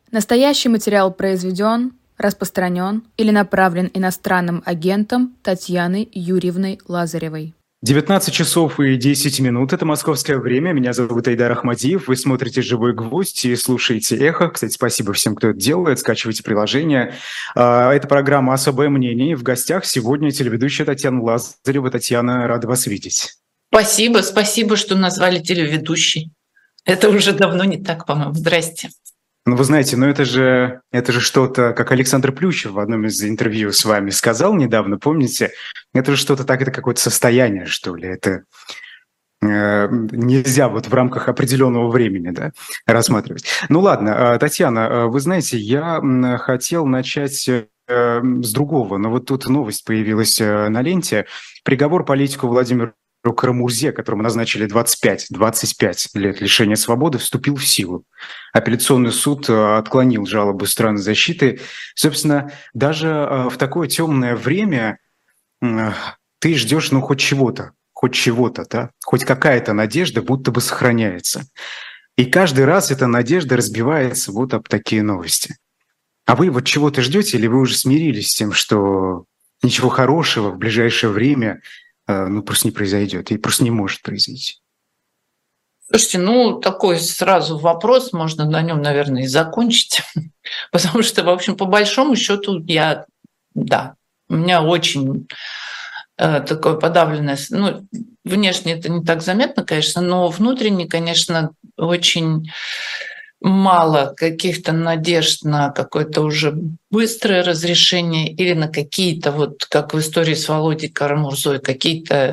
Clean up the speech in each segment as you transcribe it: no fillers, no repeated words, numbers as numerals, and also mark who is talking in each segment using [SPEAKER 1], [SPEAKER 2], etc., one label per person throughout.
[SPEAKER 1] Настоящий материал произведен, распространен или направлен иностранным агентом Татьяной Юрьевной Лазаревой.
[SPEAKER 2] 19 часов и 10 минут. Это московское время. Меня зовут Айдар Ахмадиев. Вы смотрите «Живой гвоздь» и слушаете «Эхо». Кстати, спасибо всем, кто это делает. Скачивайте приложение. Это программа «Особое мнение». В гостях сегодня телеведущая Татьяна Лазарева. Татьяна, рада вас видеть.
[SPEAKER 3] Спасибо, что назвали телеведущей. Это уже давно не так, по-моему. Здрасте.
[SPEAKER 2] Ну, вы знаете, это же что-то, как Александр Плющев в одном из интервью с вами сказал недавно, помните? Это же что-то так, это какое-то состояние, что ли. Это нельзя вот в рамках определенного времени, да, рассматривать. Ну ладно, Татьяна, вы знаете, я хотел начать с другого, но вот тут новость появилась на ленте. Приговор политику Владимиру Карамурзе, которому назначили 25 лет лишения свободы, вступил в силу. Апелляционный суд отклонил жалобу страны защиты. Собственно, даже в такое темное время ты ждешь, хоть чего-то, да? Хоть какая-то надежда будто бы сохраняется. И каждый раз эта надежда разбивается вот об такие новости. А вы вот чего-то ждете, или вы уже смирились с тем, что ничего хорошего в ближайшее время просто не произойдет и просто не может произойти?
[SPEAKER 3] Слушайте, такой сразу вопрос, можно на нем, наверное, и закончить, потому что, в общем, по большому счету у меня очень такое подавленное, внешне это не так заметно, конечно, но внутренне, конечно, очень мало каких-то надежд на какое-то уже быстрое разрешение или на какие-то, вот как в истории с Володей Карамурзой, какие-то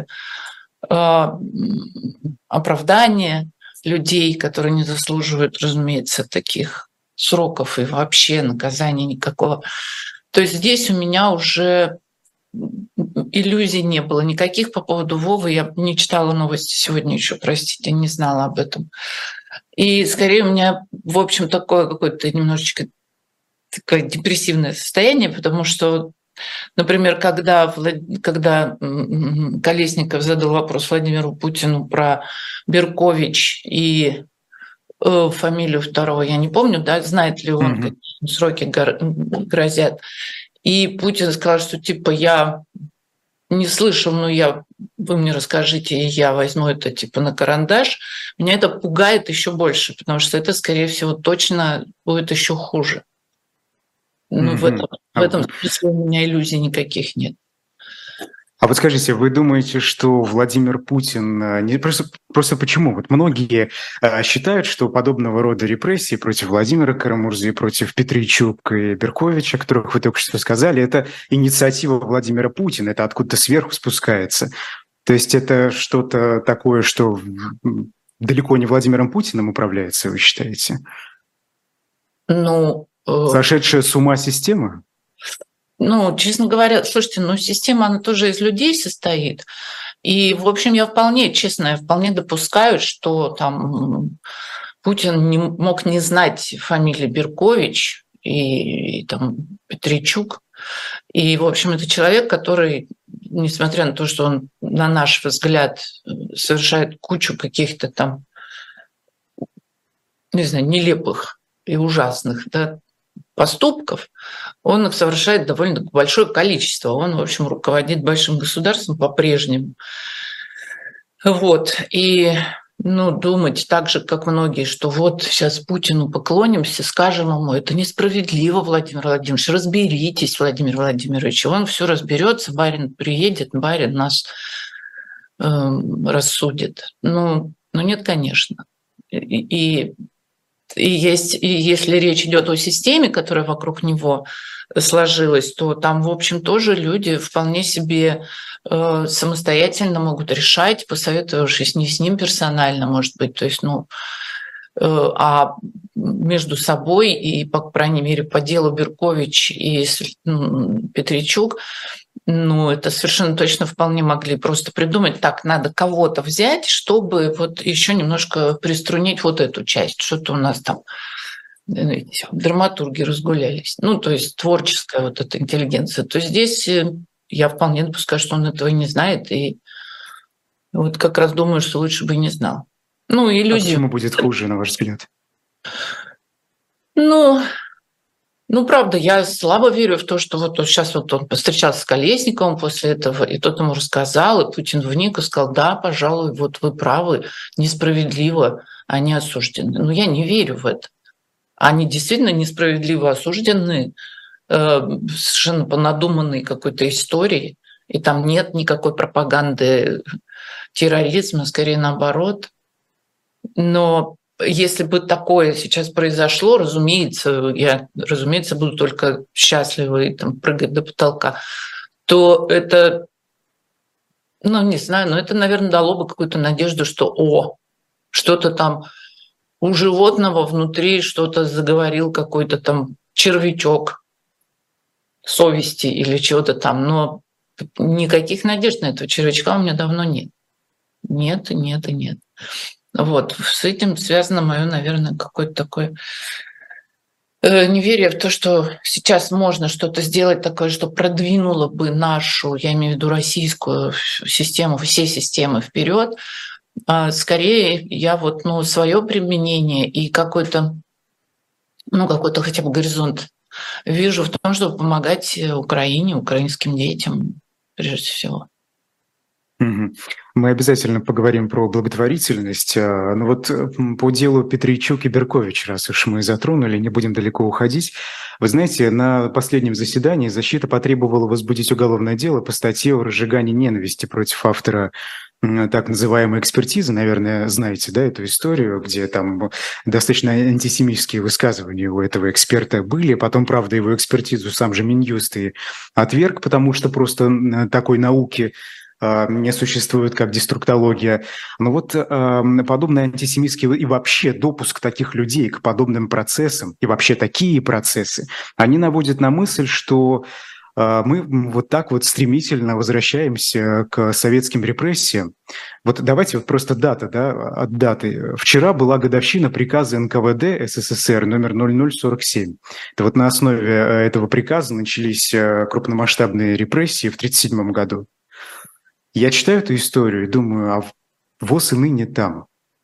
[SPEAKER 3] оправдания людей, которые не заслуживают, разумеется, таких сроков и вообще наказания никакого. То есть здесь у меня уже иллюзий не было никаких по поводу Вовы. Я не читала новости сегодня еще, простите, не знала об этом. И скорее у меня, в общем, такое какое-то немножечко такое депрессивное состояние, потому что, например, когда Колесников задал вопрос Владимиру Путину про Беркович и фамилию второго, я не помню, да, знает ли он, какие сроки грозят. И Путин сказал, что типа я не слышал, вы мне расскажите, и я возьму это типа на карандаш. Меня это пугает еще больше, потому что это, скорее всего, точно будет еще хуже. В этом смысле у меня иллюзий никаких нет.
[SPEAKER 2] А вот скажите, вы думаете, что Владимир Путин... Просто почему? Вот многие считают, что подобного рода репрессии против Владимира Карамурзы, против Петричук и Берковича, о которых вы только что сказали, это инициатива Владимира Путина, это откуда-то сверху спускается. То есть это что-то такое, что далеко не Владимиром Путиным управляется, вы считаете? Сошедшая с ума система?
[SPEAKER 3] Честно говоря, слушайте, система, она тоже из людей состоит. И, в общем, я вполне допускаю, что там Путин не мог не знать фамилии Беркович и там Петричук. И, в общем, это человек, который, несмотря на то, что он, на наш взгляд, совершает кучу каких-то там, нелепых и ужасных, поступков, он их совершает довольно большое количество. Он, в общем, руководит большим государством по-прежнему. И думать так же, как многие, что вот сейчас Путину поклонимся, скажем ему, это несправедливо, Владимир Владимирович, разберитесь, Владимир Владимирович. Он все разберется, барин приедет, барин нас рассудит. Нет, конечно. И если речь идет о системе, которая вокруг него сложилась, то там, в общем, тоже люди вполне себе самостоятельно могут решать, посоветовавшись не с ним персонально, может быть, то есть, а между собой и, по крайней мере, по делу Беркович и Петричук, это совершенно точно вполне могли просто придумать, так, надо кого-то взять, чтобы вот еще немножко приструнить вот эту часть, что-то у нас там драматурги разгулялись, то есть творческая вот эта интеллигенция. То есть здесь я вполне допускаю, что он этого не знает, и вот как раз думаю, что лучше бы и не знал. Иллюзию.
[SPEAKER 2] А почему будет хуже, на ваш взгляд?
[SPEAKER 3] Ну, правда, я слабо верю в то, что вот сейчас вот он повстречался с Колесниковым после этого, и тот ему рассказал, и Путин вник и сказал: да, пожалуй, вот вы правы, несправедливо они осуждены. Но я не верю в это. Они действительно несправедливо осуждены, совершенно по надуманной какой-то истории, и там нет никакой пропаганды терроризма, скорее наоборот. Но если бы такое сейчас произошло, разумеется, я, буду только счастлива и там прыгать до потолка, то это, ну, не знаю, но это, наверное, дало бы какую-то надежду, что что-то там у животного внутри что-то заговорил какой-то там червячок совести или чего-то там. Но никаких надежд на этого червячка у меня давно нет. Нет, нет и нет. Вот, с этим связано мое, наверное, какое-то такое неверие в то, что сейчас можно что-то сделать такое, что продвинуло бы нашу, я имею в виду российскую систему, все системы вперед. Скорее, я вот, свое применение и какой-то хотя бы горизонт вижу в том, чтобы помогать Украине, украинским детям, прежде всего.
[SPEAKER 2] Мы обязательно поговорим про благотворительность. Но вот по делу Петричук и Беркович, раз уж мы затронули, не будем далеко уходить. Вы знаете, на последнем заседании защита потребовала возбудить уголовное дело по статье о разжигании ненависти против автора так называемой экспертизы. Наверное, знаете, да, эту историю, где там достаточно антисемитские высказывания у этого эксперта были. Потом, правда, его экспертизу сам же Минюст и отверг, потому что просто такой науки не существует, как деструктология. Но вот подобные антисемитские и вообще допуск таких людей к подобным процессам, и вообще такие процессы, они наводят на мысль, что мы вот так вот стремительно возвращаемся к советским репрессиям. Вот давайте вот просто дата, да, от даты. Вчера была годовщина приказа НКВД СССР номер 0047. Это вот на основе этого приказа начались крупномасштабные репрессии в 1937 году. Я читаю эту историю и думаю, а ВОС и ныне там.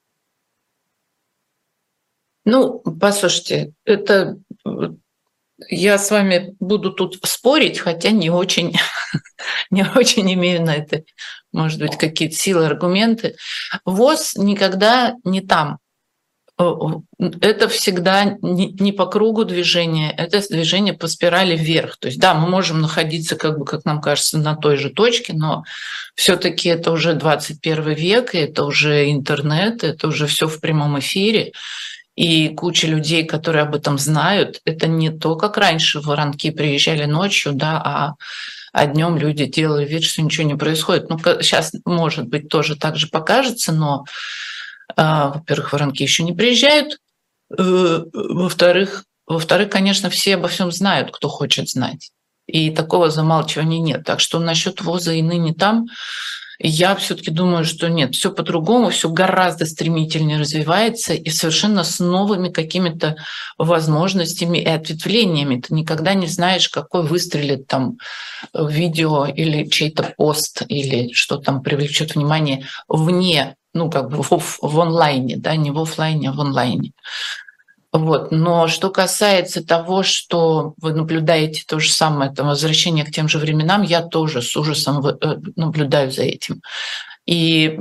[SPEAKER 3] Ну, послушайте, это я с вами буду тут спорить, хотя не очень, не очень имею на это, может быть, какие-то силы, аргументы. ВОС никогда не там. Это всегда не по кругу движения, это движение по спирали вверх. То есть, да, мы можем находиться, как нам кажется, на той же точке, но все-таки это уже 21 век, и это уже интернет, это уже все в прямом эфире. И куча людей, которые об этом знают, это не то, как раньше воронки приезжали ночью, да, а днем люди делали вид, что ничего не происходит. Ну, сейчас, может быть, тоже так же покажется, но во-первых, воронки еще не приезжают. Во-вторых, конечно, все обо всем знают, кто хочет знать. И такого замалчивания нет. Так что насчет ВОЗа и ныне там, я все-таки думаю, что нет, все по-другому, все гораздо стремительнее развивается и совершенно с новыми какими-то возможностями и ответвлениями. Ты никогда не знаешь, какой выстрелит там видео или чей-то пост, или что там привлечет внимание вне, в онлайне, да, не в офлайне, а в онлайне. Вот. Но что касается того, что вы наблюдаете то же самое, это возвращение к тем же временам, я тоже с ужасом наблюдаю за этим. И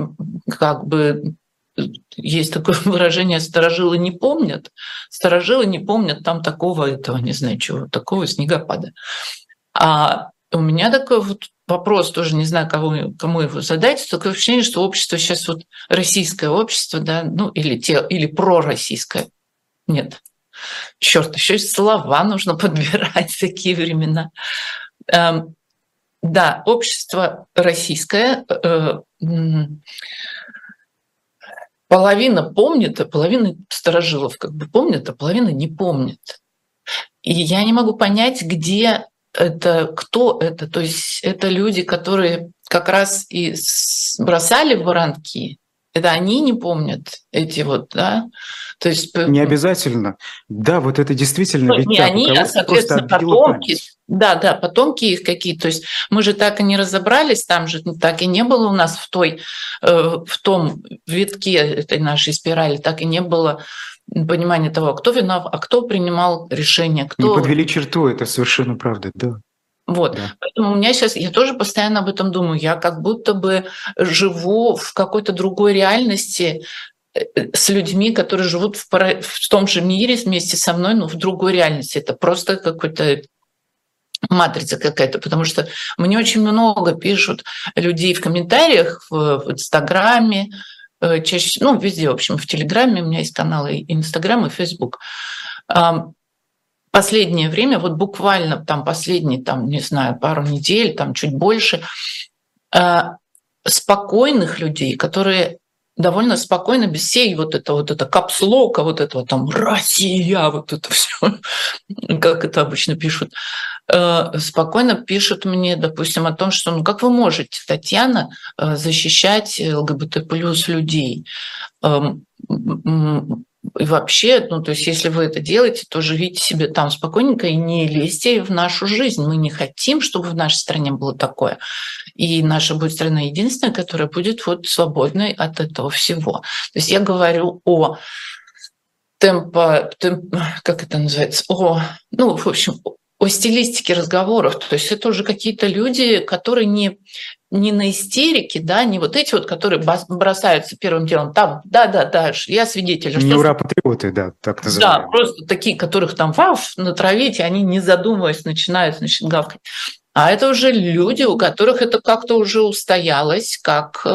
[SPEAKER 3] есть такое выражение «старожилы не помнят». Старожилы не помнят там такого, не знаю чего, такого снегопада. А у меня такой вот вопрос, тоже не знаю, кому его задать, такое ощущение, что общество сейчас вот российское общество, да, или пророссийское. Нет, черт, еще и слова нужно подбирать в такие времена. Да, общество российское, половина помнит, а половина старожилов помнит, а половина не помнит. И я не могу понять, где это, кто это. То есть это люди, которые как раз и бросали в воронки. Это они не помнят эти да? То есть
[SPEAKER 2] не обязательно. Да, вот это действительно ведь
[SPEAKER 3] не
[SPEAKER 2] так.
[SPEAKER 3] они, а, соответственно, потомки. Да, потомки их какие-то. То есть мы же так и не разобрались, там же так и не было у нас в том витке этой нашей спирали, так и не было понимание того, кто виноват, а кто принимал решение, кто...
[SPEAKER 2] Не подвели черту, это совершенно правда, да.
[SPEAKER 3] Вот, да. Поэтому у меня сейчас, я тоже постоянно об этом думаю, я как будто бы живу в какой-то другой реальности с людьми, которые живут в том же мире вместе со мной, но в другой реальности. Это просто какой-то матрица какая-то, потому что мне очень много пишут людей в комментариях в Инстаграме, чаще, везде, в общем, в Телеграме, у меня есть каналы и Инстаграм, и Фейсбук. Последнее время, вот буквально там последние, не знаю, пару недель, чуть больше, спокойных людей, которые довольно спокойно, без всей вот это капслока, вот этого там «Россия», вот это все, как это обычно пишут, спокойно пишут мне, допустим, о том, что как вы можете, Татьяна, защищать ЛГБТ+ людей? И вообще, то есть если вы это делаете, то живите себе там спокойненько и не лезьте в нашу жизнь. Мы не хотим, чтобы в нашей стране было такое. И наша будет страна единственная, которая будет вот свободной от этого всего. То есть я говорю о как это называется? В общем, о стилистике разговоров. То есть это уже какие-то люди, которые не на истерике, да, не вот эти вот, которые бросаются первым делом, да, я свидетель.
[SPEAKER 2] Не ура-патриоты, да, так называемые.
[SPEAKER 3] Да, просто такие, которых натравить, и они, не задумываясь, начинают, гавкать. А это уже люди, у которых это как-то уже устоялось, как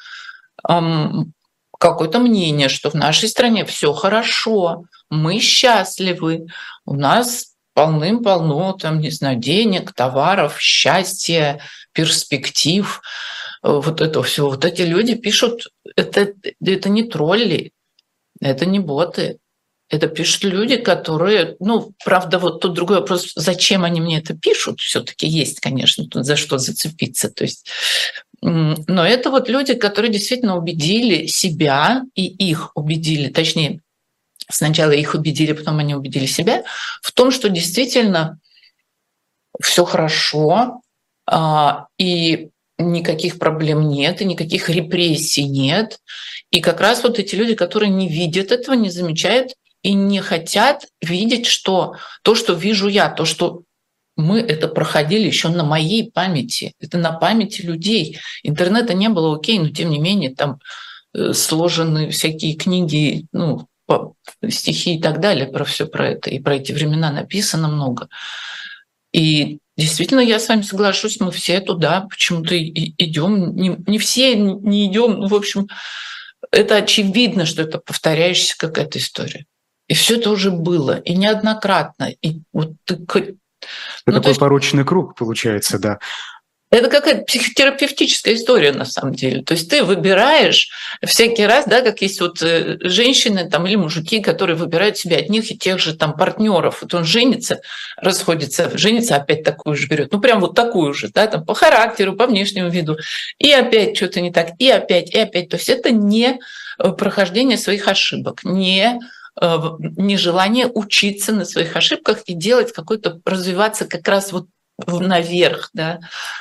[SPEAKER 3] какое-то мнение, что в нашей стране все хорошо, мы счастливы, у нас полным-полно, денег, товаров, счастья, перспектив, вот это все. Вот эти люди пишут, это не тролли, это не боты. Это пишут люди, которые, правда, вот тут другой вопрос, зачем они мне это пишут, все-таки есть, конечно, тут за что зацепиться. То есть, но это вот люди, которые действительно убедили себя и их убедили, точнее, сначала их убедили, потом они убедили себя в том, что действительно все хорошо, и никаких проблем нет, и никаких репрессий нет. И как раз вот эти люди, которые не видят этого, не замечают и не хотят видеть, что то, что вижу я, то, что мы это проходили еще на моей памяти, это на памяти людей. Интернета не было, окей, но тем не менее там сложены всякие книги, стихи и так далее, про все про это, и про эти времена написано много. И действительно, я с вами соглашусь, мы все туда почему-то идем. Не все не идем. В общем, это очевидно, что это повторяющаяся какая-то история. И все это уже было, и неоднократно. И вот
[SPEAKER 2] такой порочный круг получается, да.
[SPEAKER 3] Это какая-то психотерапевтическая история на самом деле. То есть ты выбираешь всякий раз, да, как есть вот женщины или мужики, которые выбирают себе одних и тех же партнеров. Вот он женится, расходится, женится, опять такую же берет. Прям вот такую же, да, по характеру, по внешнему виду. И опять что-то не так, и опять. То есть это не прохождение своих ошибок, не желание учиться на своих ошибках и делать развиваться как раз вот наверх, да.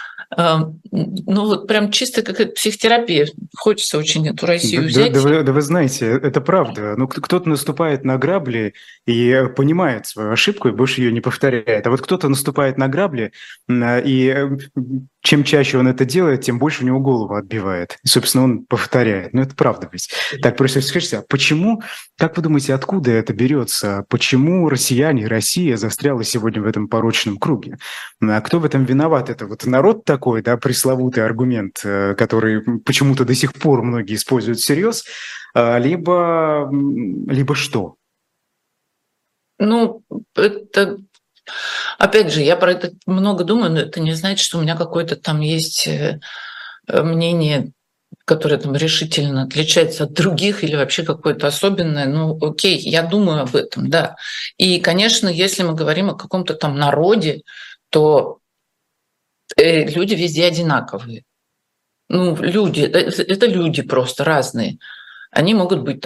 [SPEAKER 3] Вот прям чисто какая-то психотерапия. Хочется очень эту Россию взять.
[SPEAKER 2] Да вы знаете, это правда. Кто-то наступает на грабли и понимает свою ошибку и больше ее не повторяет. А вот кто-то наступает на грабли, и чем чаще он это делает, тем больше у него голову отбивает. И, собственно, он повторяет. Это правда ведь. Так, просто скажите, а почему, как вы думаете, откуда это берется? Почему россияне, Россия застряла сегодня в этом порочном круге? А кто в этом виноват? Это вот народ такой, да, пресловутый аргумент, который почему-то до сих пор многие используют всерьез, либо что?
[SPEAKER 3] Это... Опять же, я про это много думаю, но это не значит, что у меня какое-то там есть мнение, которое решительно отличается от других или вообще какое-то особенное. Окей, я думаю об этом, да. И, конечно, если мы говорим о каком-то народе, то люди везде одинаковые. Люди, это люди просто разные. Они могут быть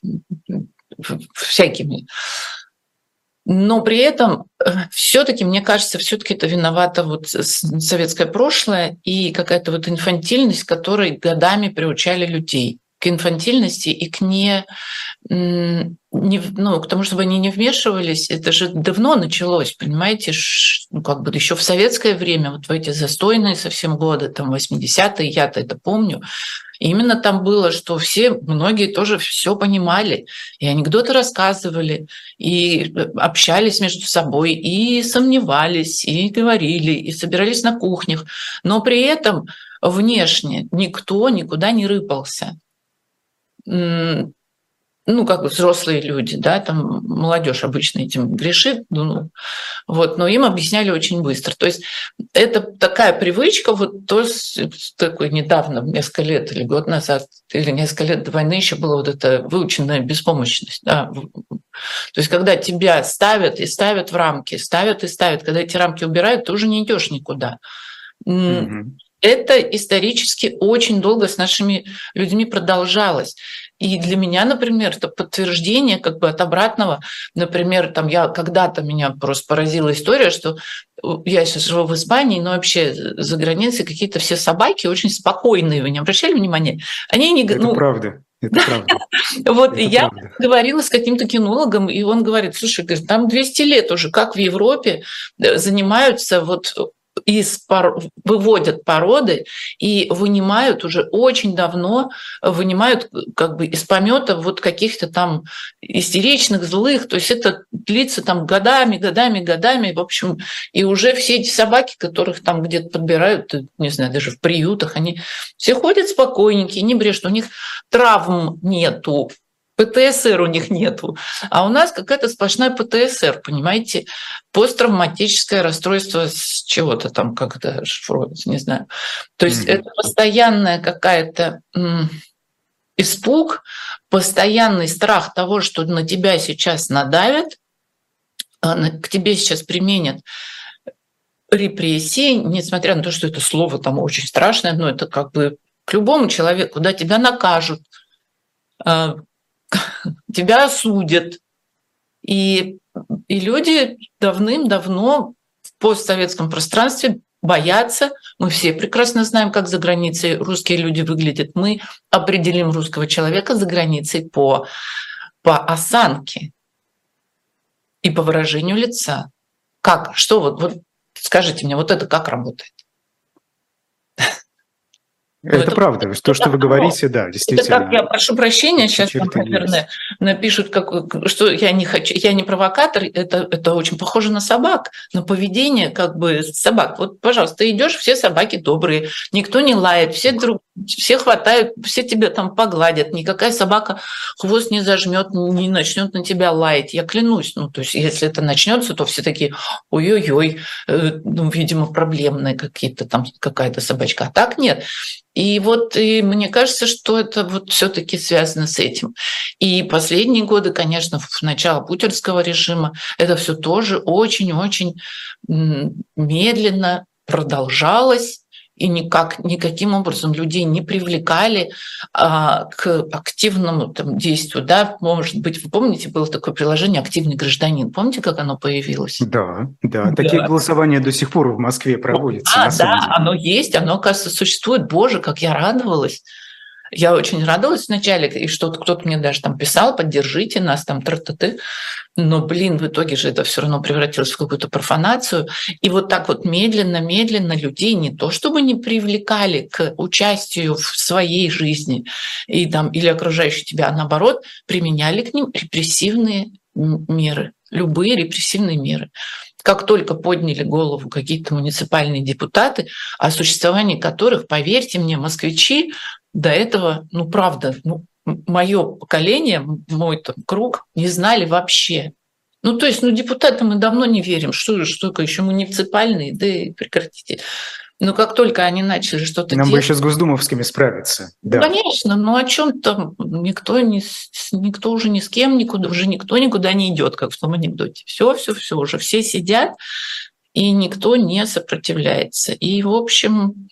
[SPEAKER 3] всякими. Но при этом все-таки, мне кажется, все-таки это виновато советское прошлое и какая-то инфантильность, которой годами приучали людей к инфантильности и к к тому, чтобы они не вмешивались, это же давно началось, понимаете, как бы еще в советское время, вот в эти застойные совсем годы, там 80-е, я-то это помню, и именно там было, что многие тоже все понимали, и анекдоты рассказывали, и общались между собой, и сомневались, и говорили, и собирались на кухнях, но при этом внешне никто никуда не рыпался. Как взрослые люди, да, там молодежь обычно этим грешит, но им объясняли очень быстро. То есть это такая привычка, такой недавно, несколько лет или год назад, или несколько лет до войны еще была вот эта выученная беспомощность. Да. То есть когда тебя ставят и ставят в рамки, ставят и ставят, когда эти рамки убирают, ты уже не идешь никуда. Это исторически очень долго с нашими людьми продолжалось. И для меня, например, это подтверждение от обратного. Например, меня просто поразила история, что я сейчас живу в Испании, но вообще за границей какие-то все собаки очень спокойные. Вы не обращали внимания? Они не...
[SPEAKER 2] Это правда. Это правда.
[SPEAKER 3] Я говорила с каким-то кинологом, и он говорит, слушай, там 200 лет уже, как в Европе занимаются выводят породы и вынимают уже очень давно, из помета каких-то там истеричных, злых, то есть это длится там годами, в общем, и уже все эти собаки, которых там где-то подбирают, не знаю, даже в приютах, они все ходят спокойненькие, не брешут, у них травм нету, ПТСР у них нету, а у нас какая-то сплошная ПТСР, понимаете, посттравматическое расстройство с чего-то там, как это шифруется, не знаю. То есть это постоянная какая-то испуг, постоянный страх того, что на тебя сейчас надавят, к тебе сейчас применят репрессии, несмотря на то, что это слово там очень страшное, но это к любому человеку, да, тебя накажут, тебя осудят. И люди давным-давно в постсоветском пространстве боятся. Мы все прекрасно знаем, как за границей русские люди выглядят. Мы определим русского человека за границей по осанке и по выражению лица. Как? Что скажите мне, это как работает?
[SPEAKER 2] Это правда. То, что вы говорите, да, действительно.
[SPEAKER 3] Это я прошу прощения, сейчас там, наверное, напишут, что я не хочу, я не провокатор. Это очень похоже на собак, на поведение собак. Пожалуйста, идешь, все собаки добрые, никто не лает, все хватают, все тебя там погладят, никакая собака хвост не зажмет, не начнет на тебя лаять. Я клянусь. То есть, если это начнется, то все такие, ой-ой-ой, видимо, проблемные какие-то там какая-то собачка. А так нет. И мне кажется, что это все-таки связано с этим. И последние годы, конечно, в начало путинского режима это все тоже очень-очень медленно продолжалось. И никаким образом людей не привлекали к активному действию. Да? Может быть, вы помните, было такое приложение «Активный гражданин». Помните, как оно появилось?
[SPEAKER 2] Да. Такие голосования до сих пор в Москве проводятся.
[SPEAKER 3] Оно есть, оно, оказывается, существует. Боже, как я радовалась. Я очень радовалась вначале, и что кто-то мне даже там писал, поддержите нас, там, тра-та-ты. Но, в итоге же это все равно превратилось в какую-то профанацию. И так медленно людей не то чтобы не привлекали к участию в своей жизни или окружающей тебя, а наоборот, применяли к ним репрессивные меры, любые репрессивные меры. Как только подняли голову какие-то муниципальные депутаты, о существовании которых, поверьте мне, москвичи до этого, правда, мое поколение, мой круг не знали вообще. То есть, депутатам мы давно не верим. Что еще муниципальные? Да и прекратите. Но как только они начали что-то делать...
[SPEAKER 2] Нам бы еще с госдумовскими справиться. Да.
[SPEAKER 3] Конечно, о чем там никто уже ни с кем никуда, уже никто никуда не идет, как в том анекдоте. Все, уже все сидят, и никто не сопротивляется. И, в общем,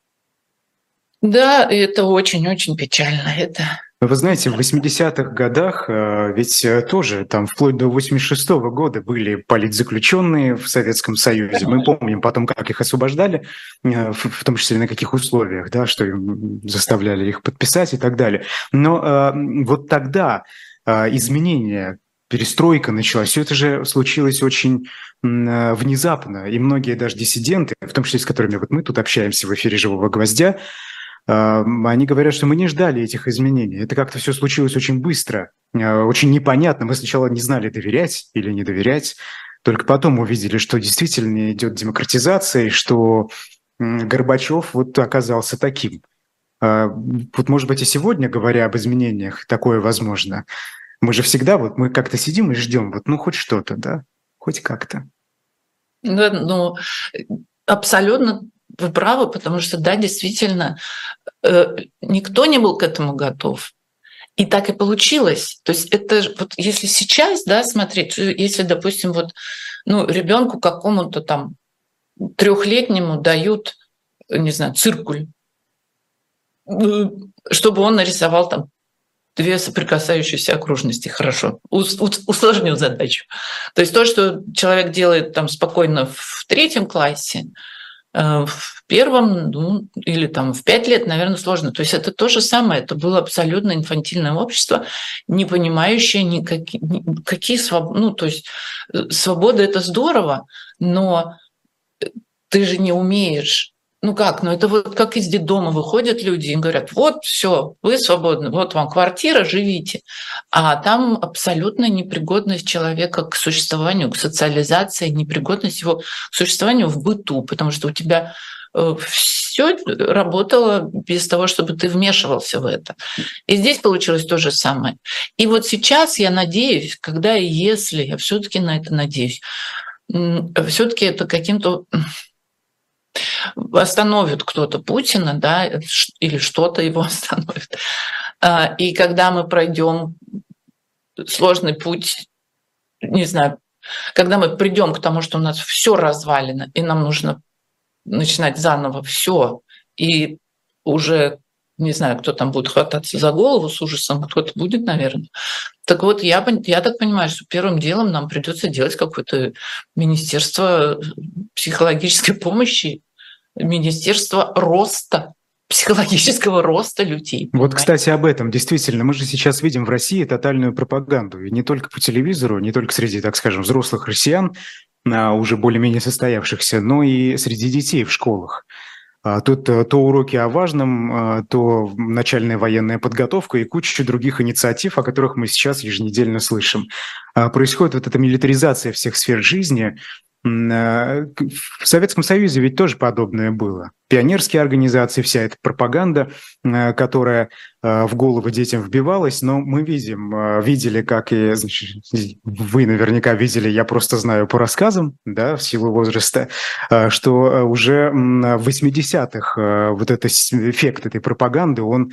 [SPEAKER 3] да, это очень-очень печально.
[SPEAKER 2] Вы знаете, в 80-х годах ведь тоже там вплоть до 86-го года были политзаключенные в Советском Союзе. Мы помним потом, как их освобождали, в том числе на каких условиях, да, что им заставляли их подписать и так далее. Но тогда изменения, перестройка началась. Все это же случилось очень внезапно, и многие даже диссиденты, в том числе с которыми вот мы тут общаемся в эфире «Живого гвоздя», они говорят, что мы не ждали этих изменений. Это как-то все случилось очень быстро, очень непонятно. Мы сначала не знали, доверять или не доверять, только потом увидели, что действительно идет демократизация, и что Горбачев вот оказался таким. Вот, может быть, и сегодня, говоря об изменениях, такое возможно. Мы же всегда, вот мы как-то сидим и ждем, вот, ну, хоть что-то, да, хоть как-то.
[SPEAKER 3] Ну, абсолютно вы правы, потому что, да, действительно, никто не был к этому готов. И так и получилось. То есть это вот если сейчас, да, смотреть, если, допустим, вот, ну, ребенку какому-то там 3-летнему дают, не знаю, циркуль, чтобы он нарисовал там 2 соприкасающиеся окружности. Хорошо. Усложнил задачу. То есть то, что человек делает там спокойно в 3 классе, в 1, ну, или там в 5 лет, наверное, сложно. То есть это то же самое. Это было абсолютно инфантильное общество, не понимающее никакие свободы. Ну, то есть свобода – это здорово, но ты же не умеешь. Ну как? Ну это вот как из детдома выходят люди и говорят, вот все, вы свободны, вот вам квартира, живите. А там абсолютная непригодность человека к существованию, к социализации, непригодность его к существованию в быту, потому что у тебя все работало без того, чтобы ты вмешивался в это. И здесь получилось то же самое. И вот сейчас я надеюсь, когда и если, я все-таки на это надеюсь, все-таки это каким-то остановит кто-то Путина, да, или что-то его остановит. И когда мы пройдем сложный путь, не знаю, когда мы придем к тому, что у нас все развалено, и нам нужно начинать заново все, и уже, не знаю, кто там будет хвататься за голову с ужасом, кто-то будет, наверное. Так вот, я так понимаю, что первым делом нам придется делать какое-то министерство психологической помощи, министерство роста, психологического роста людей.
[SPEAKER 2] Вот, кстати, об этом. Действительно, мы же сейчас видим в России тотальную пропаганду. И не только по телевизору, не только среди, так скажем, взрослых россиян, уже более-менее состоявшихся, но и среди детей в школах. Тут то уроки о важном, то начальная военная подготовка и куча других инициатив, о которых мы сейчас еженедельно слышим. Происходит вот эта милитаризация всех сфер жизни. В Советском Союзе ведь тоже подобное было. Пионерские организации, вся эта пропаганда, которая в головы детям вбивалась, но мы видели, как и, значит, вы наверняка видели, я просто знаю по рассказам, да, в силу возраста, что уже в 80-х вот этот эффект этой пропаганды, он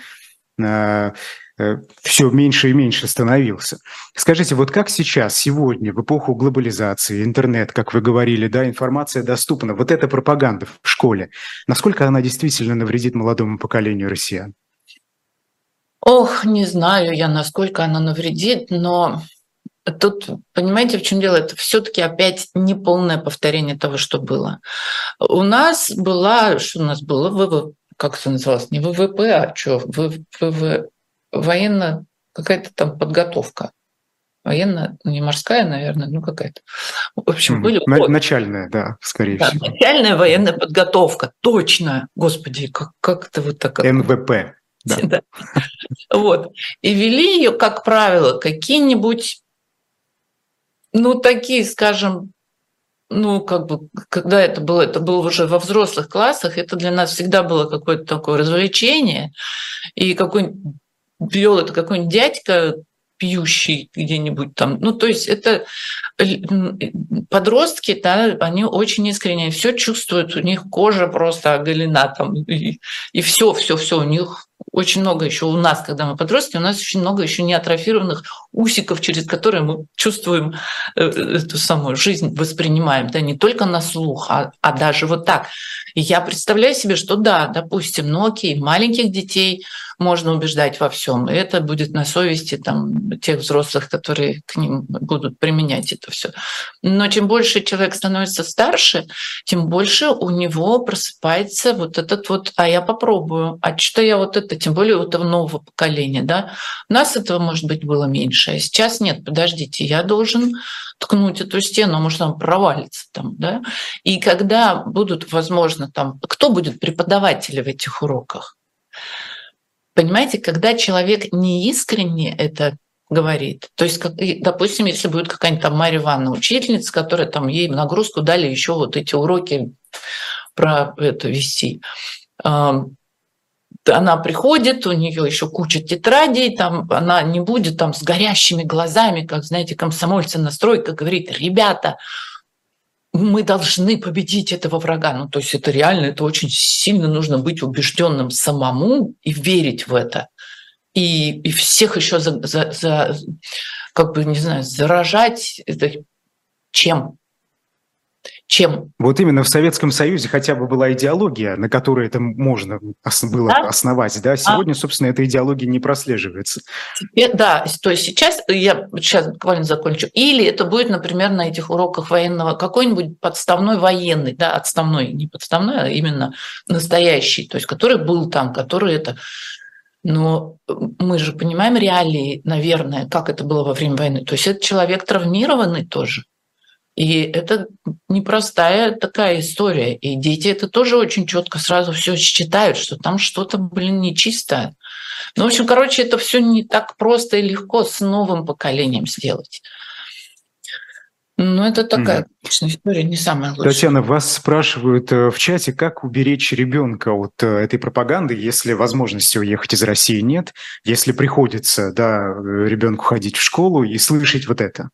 [SPEAKER 2] все меньше и меньше становился. Скажите, вот как сейчас, сегодня, в эпоху глобализации, интернет, как вы говорили, да, информация доступна, вот эта пропаганда в школе, насколько она действительно навредит молодому поколению россиян?
[SPEAKER 3] Ох, не знаю я, насколько она навредит, но тут, понимаете, в чем дело? Это все-таки опять неполное повторение того, что было. У нас была, что у нас было? Как это называлось? Не ВВП, а что? Военно какая-то там подготовка. Военно, не морская, наверное, ну какая-то. В общем, были...
[SPEAKER 2] Начальная, да, скорее всего.
[SPEAKER 3] Начальная военная подготовка, точно. Господи, как это вот так...
[SPEAKER 2] НВП. Да.
[SPEAKER 3] Да. Вот. И вели ее, как правило, какие-нибудь, ну, такие, скажем, ну, как бы, когда это было уже во взрослых классах, это для нас всегда было какое-то такое развлечение, и вел это какой-нибудь дядька, пьющий где-нибудь там. Ну, то есть это подростки, да, они очень искренне все чувствуют, у них кожа просто оголена там, и все у них очень много еще у нас, когда мы подростки, у нас очень много еще неатрофированных усиков, через которые мы чувствуем эту самую жизнь, воспринимаем, да, не только на слух, а даже вот так. И я представляю себе, что да, допустим, ну окей, маленьких детей можно убеждать во всем. И это будет на совести там, тех взрослых, которые к ним будут применять это все. Но чем больше человек становится старше, тем больше у него просыпается вот этот вот, а я попробую, а что я вот это, тем более у этого нового поколения, да. У нас этого, может быть, было меньше, а сейчас нет, подождите, я должен ткнуть эту стену, может, она провалится там, да. И когда будут, возможно, там, кто будет преподаватели в этих уроках? Понимаете, когда человек неискренне это говорит, то есть, допустим, если будет какая-нибудь там Марья Ивановна, учительница, которая там ей нагрузку дали еще вот эти уроки про это вести, она приходит, у нее еще куча тетрадей, там она не будет там с горящими глазами, как, знаете, комсомольцы на стройках, говорит: ребята, мы должны победить этого врага. Ну, то есть это реально, это очень сильно нужно быть убежденным самому и верить в это. И всех еще как бы, не знаю, заражать это чем? Чем?
[SPEAKER 2] Вот именно в Советском Союзе хотя бы была идеология, на которой это можно было основать. Да? Сегодня, собственно, эта идеология не прослеживается.
[SPEAKER 3] Да, то есть я сейчас буквально закончу. Или это будет, например, на этих уроках военного какой-нибудь подставной военный, да, отставной, не подставной, а именно настоящий, то есть который был там, который это... Но мы же понимаем реалии, наверное, как это было во время войны. То есть это человек травмированный тоже. И это непростая такая история. И дети это тоже очень четко сразу все считают, что там что-то, нечистое. Ну, в общем, короче, это все не так просто и легко с новым поколением сделать. Ну, это такая, конечно, история не самая лучшая.
[SPEAKER 2] Татьяна, вас спрашивают в чате, как уберечь ребенка от этой пропаганды, если возможности уехать из России нет, если приходится, да, ребенку ходить в школу и слышать вот это.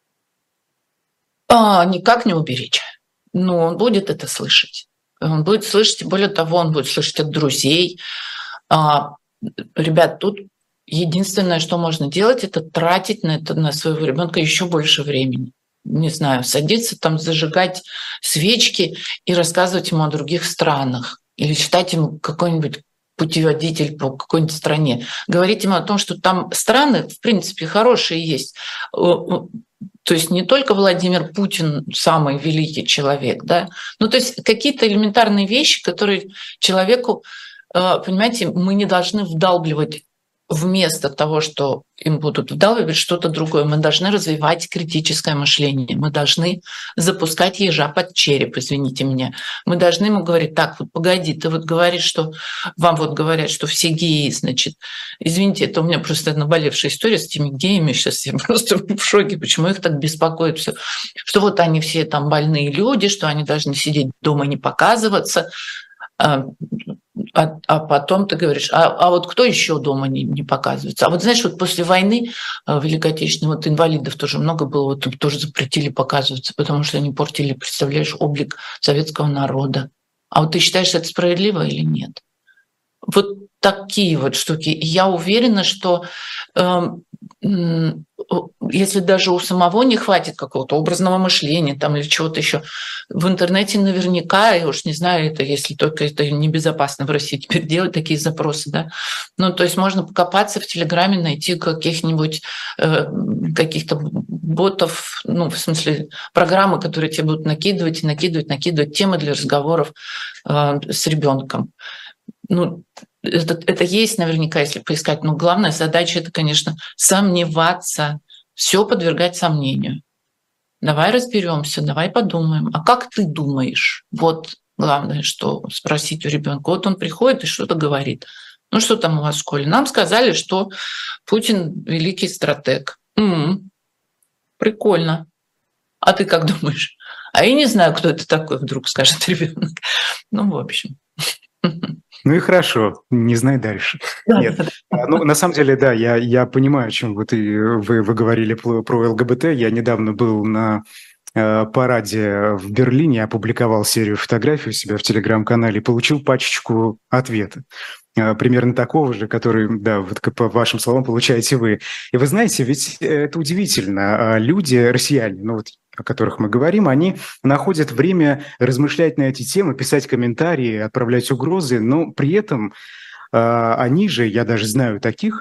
[SPEAKER 3] Никак не уберечь. Но он будет это слышать. Он будет слышать, и более того, он будет слышать от друзей. Ребят, тут единственное, что можно делать, это тратить на своего ребенка еще больше времени. Не знаю, садиться там, зажигать свечки и рассказывать ему о других странах. Или читать ему какой-нибудь путеводитель по какой-нибудь стране. Говорить ему о том, что там страны, в принципе, хорошие есть. То есть не только Владимир Путин самый великий человек, да, ну то есть какие-то элементарные вещи, которые человеку, понимаете, мы не должны вдалбливать вместо того, что им будут вдалбливать что-то другое. Мы должны развивать критическое мышление, мы должны запускать ежа под череп, извините меня. Мы должны ему говорить: так, вот погоди, ты вот говоришь, что вам вот говорят, что все геи, значит, извините, это у меня просто наболевшая история с этими геями, сейчас я просто в шоке, почему их так беспокоит все, что вот они все там больные люди, что они должны сидеть дома и не показываться. А потом ты говоришь, а вот кто еще дома не показывается? А вот знаешь, вот после войны Великой Отечественной, вот инвалидов тоже много было, вот им тоже запретили показываться, потому что они портили, представляешь, облик советского народа. А вот ты считаешь, это справедливо или нет? Вот такие вот штуки. И я уверена, что если даже у самого не хватит какого-то образного мышления там, или чего-то еще, в интернете наверняка, я уж не знаю, это если только это небезопасно в России теперь делать такие запросы, да. Ну, то есть можно покопаться в Телеграме, найти каких-нибудь каких-то ботов, ну, в смысле, программы, которые тебе будут накидывать темы для разговоров с ребенком. Ну, это есть наверняка, если поискать. Но главная задача — это, конечно, сомневаться, все подвергать сомнению. Давай разберемся, давай подумаем. А как ты думаешь? Вот главное, что спросить у ребенка. Вот он приходит и что-то говорит. Ну что там у вас в школе? Нам сказали, что Путин великий стратег. Прикольно. А ты как думаешь? А я не знаю, кто это такой, вдруг скажет ребенок. Ну, в общем.
[SPEAKER 2] Ну и хорошо, не знай дальше. Нет, ну на самом деле, да, я понимаю, о чем вы говорили про ЛГБТ. Я недавно был на параде в Берлине, опубликовал серию фотографий у себя в Телеграм-канале и получил пачечку ответа. Примерно такого же, который, да, вот по вашим словам, получаете вы. И вы знаете, ведь это удивительно. Люди, россияне, ну вот о которых мы говорим, они находят время размышлять на эти темы, писать комментарии, отправлять угрозы, но при этом Они же, я даже знаю таких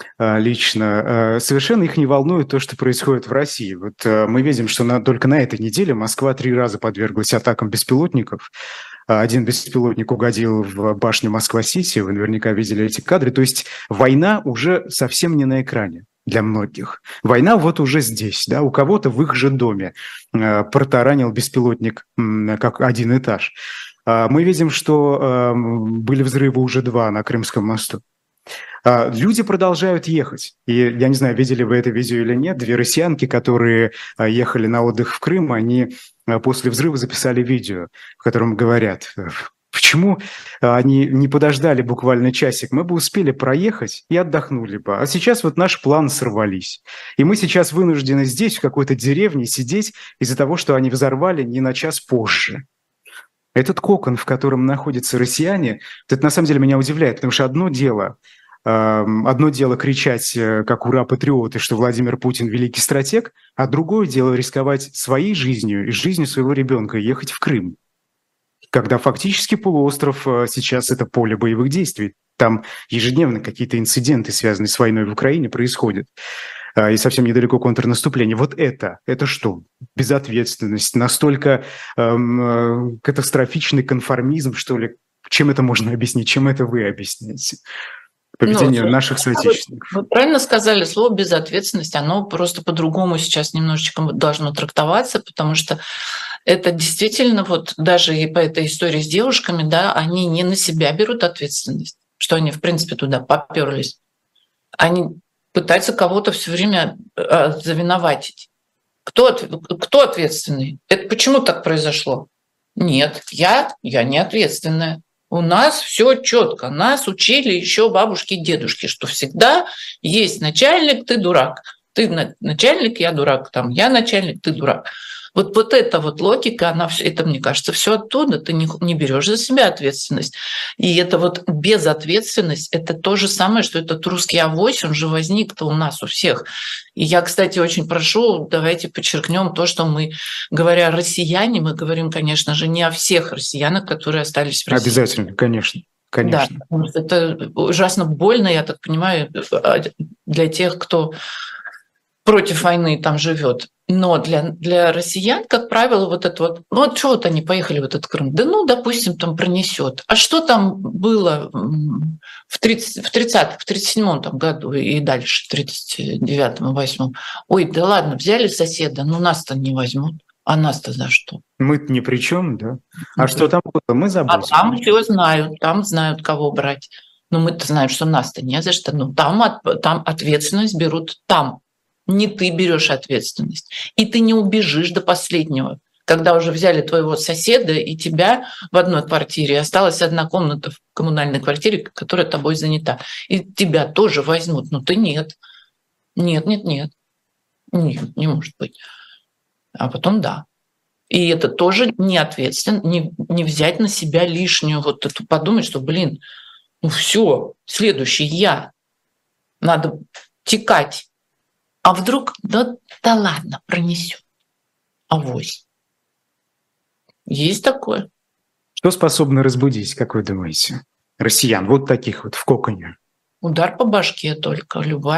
[SPEAKER 2] лично, совершенно их не волнует то, что происходит в России. Вот мы видим, что только на этой неделе Москва 3 раза подверглась атакам беспилотников. Один беспилотник угодил в башню Москва-Сити, вы наверняка видели эти кадры. То есть война уже совсем не на экране для многих. Война вот уже здесь, да, у кого-то в их же доме протаранил беспилотник как один этаж. Мы видим, что были взрывы уже 2 на Крымском мосту. Люди продолжают ехать. И я не знаю, видели вы это видео или нет. 2 россиянки, которые ехали на отдых в Крым, они после взрыва записали видео, в котором говорят, почему они не подождали буквально часик. Мы бы успели проехать и отдохнули бы. А сейчас вот наши планы сорвались. И мы сейчас вынуждены здесь, в какой-то деревне, сидеть из-за того, что они взорвали не на час позже. Этот кокон, в котором находятся россияне, это на самом деле меня удивляет, потому что одно дело кричать, как ура-патриоты, что Владимир Путин великий стратег, а другое дело рисковать своей жизнью и жизнью своего ребенка и ехать в Крым, когда фактически полуостров сейчас это поле боевых действий. Там ежедневно какие-то инциденты, связанные с войной в Украине, происходят. И совсем недалеко контрнаступление. Вот это что? Безответственность, настолько катастрофичный конформизм, что ли? Чем это можно объяснить? Чем это вы объясняете? Поведение наших соотечественников.
[SPEAKER 3] Вы правильно сказали, слово «безответственность», оно просто по-другому сейчас немножечко должно трактоваться, потому что это действительно, вот даже и по этой истории с девушками, да, они не на себя берут ответственность, что они, в принципе, туда попёрлись. Они пытаются кого-то все время завиноватить. Кто ответственный? Это почему так произошло? Нет, я не ответственная. У нас все четко. Нас учили еще бабушки и дедушки, что всегда есть начальник, ты дурак. Ты начальник, я дурак. Там, я начальник, ты дурак. Вот эта вот логика, это, мне кажется, все оттуда. Ты не берешь за себя ответственность. И это вот безответственность, это то же самое, что этот русский авось, он же возник-то у нас у всех. И я, кстати, очень прошу, давайте подчеркнем то, что мы, говоря россияне, мы говорим, конечно же, не о всех россиянах, которые остались в России.
[SPEAKER 2] Обязательно, конечно. Конечно.
[SPEAKER 3] Да, потому что это ужасно больно, я так понимаю, для тех, кто против войны там живет. Но для россиян, как правило, вот это вот, ну вот что вот они поехали в этот Крым? Да ну, допустим, там пронесет. А что там было в 37-м там году и дальше, в 39-м, 8-м? Ой, да ладно, взяли соседа, ну нас-то не возьмут. А нас-то за что?
[SPEAKER 2] Мы-то ни при чем, да? А что там было? Мы забудем.
[SPEAKER 3] А там все знают, там знают, кого брать. Но мы-то знаем, что нас-то не за что. Ну там ответственность берут там. Не ты берешь ответственность. И ты не убежишь до последнего. Когда уже взяли твоего соседа, и тебя в одной квартире, осталась одна комната в коммунальной квартире, которая тобой занята. И тебя тоже возьмут. Но ты нет. Нет. Нет, не может быть. А потом да. И это тоже не ответственно, не взять на себя лишнюю вот эту, подумать, что, ну все, следующий я. Надо текать. А вдруг, да ладно, пронесет. Авось. Есть такое.
[SPEAKER 2] Что способно разбудить, как вы думаете, россиян, вот таких вот в коконе?
[SPEAKER 3] Удар по башке только.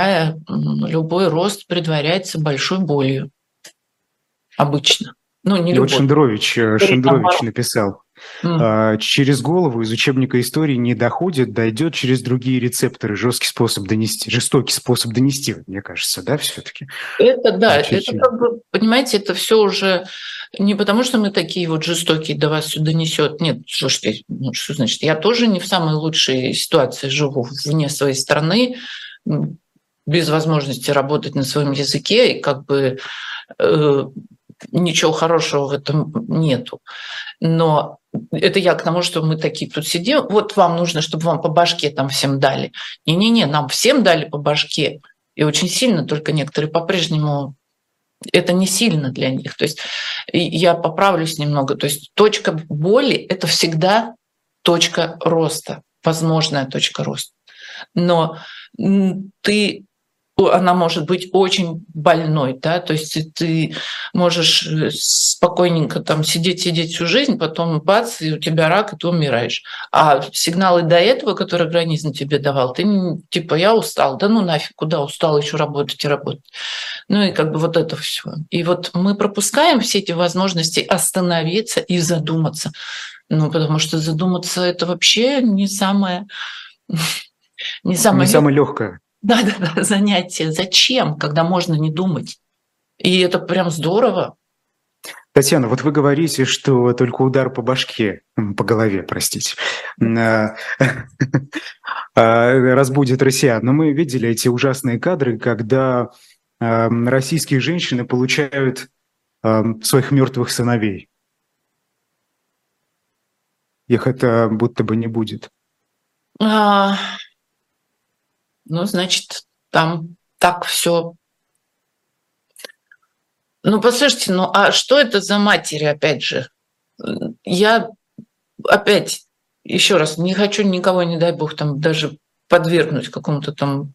[SPEAKER 3] Любой рост предваряется большой болью. Обычно. Ну, не любой.
[SPEAKER 2] Вот Шендерович написал. Через голову из учебника истории не доходит, дойдет через другие рецепторы. Жесткий способ донести, мне кажется, да, все-таки?
[SPEAKER 3] Это да, это как бы, понимаете, это все уже не потому, что мы такие вот жестокие, до вас все донесет. Нет, слушайте, что значит? Я тоже не в самой лучшей ситуации живу вне своей страны, без возможности работать на своем языке, и как бы ничего хорошего в этом нету. Но это я к тому, что мы такие тут сидим. Вот вам нужно, чтобы вам по башке там всем дали. Не-не-не, нам всем дали по башке. И очень сильно, только некоторые по-прежнему это не сильно для них. То есть я поправлюсь немного. То есть точка боли – это всегда точка роста, возможная точка роста. Но ты она может быть очень больной, да, то есть ты можешь спокойненько там сидеть всю жизнь, потом бац, и у тебя рак, и ты умираешь. А сигналы до этого, которые организм тебе давал, ты типа я устал, да ну нафиг, куда устал, еще работать и работать. Ну и как бы вот это все. И вот мы пропускаем все эти возможности остановиться и задуматься. Ну, потому что задуматься это вообще не самое
[SPEAKER 2] Не
[SPEAKER 3] легкое.
[SPEAKER 2] самое легкое.
[SPEAKER 3] Да, занятие. Зачем, когда можно не думать? И это прям здорово.
[SPEAKER 2] Татьяна, вот вы говорите, что только удар по башке, по голове, простите, разбудит россиян. Но мы видели эти ужасные кадры, когда российские женщины получают своих мертвых сыновей. Их это будто бы не будет.
[SPEAKER 3] Ну, значит, там так все. Ну, послушайте, ну а что это за матери, опять же? Я опять, еще раз, не хочу никого, не дай бог, там даже подвергнуть какому-то там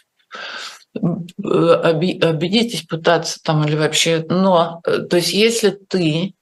[SPEAKER 3] обидеть, пытаться там или вообще. Но, то есть, если ты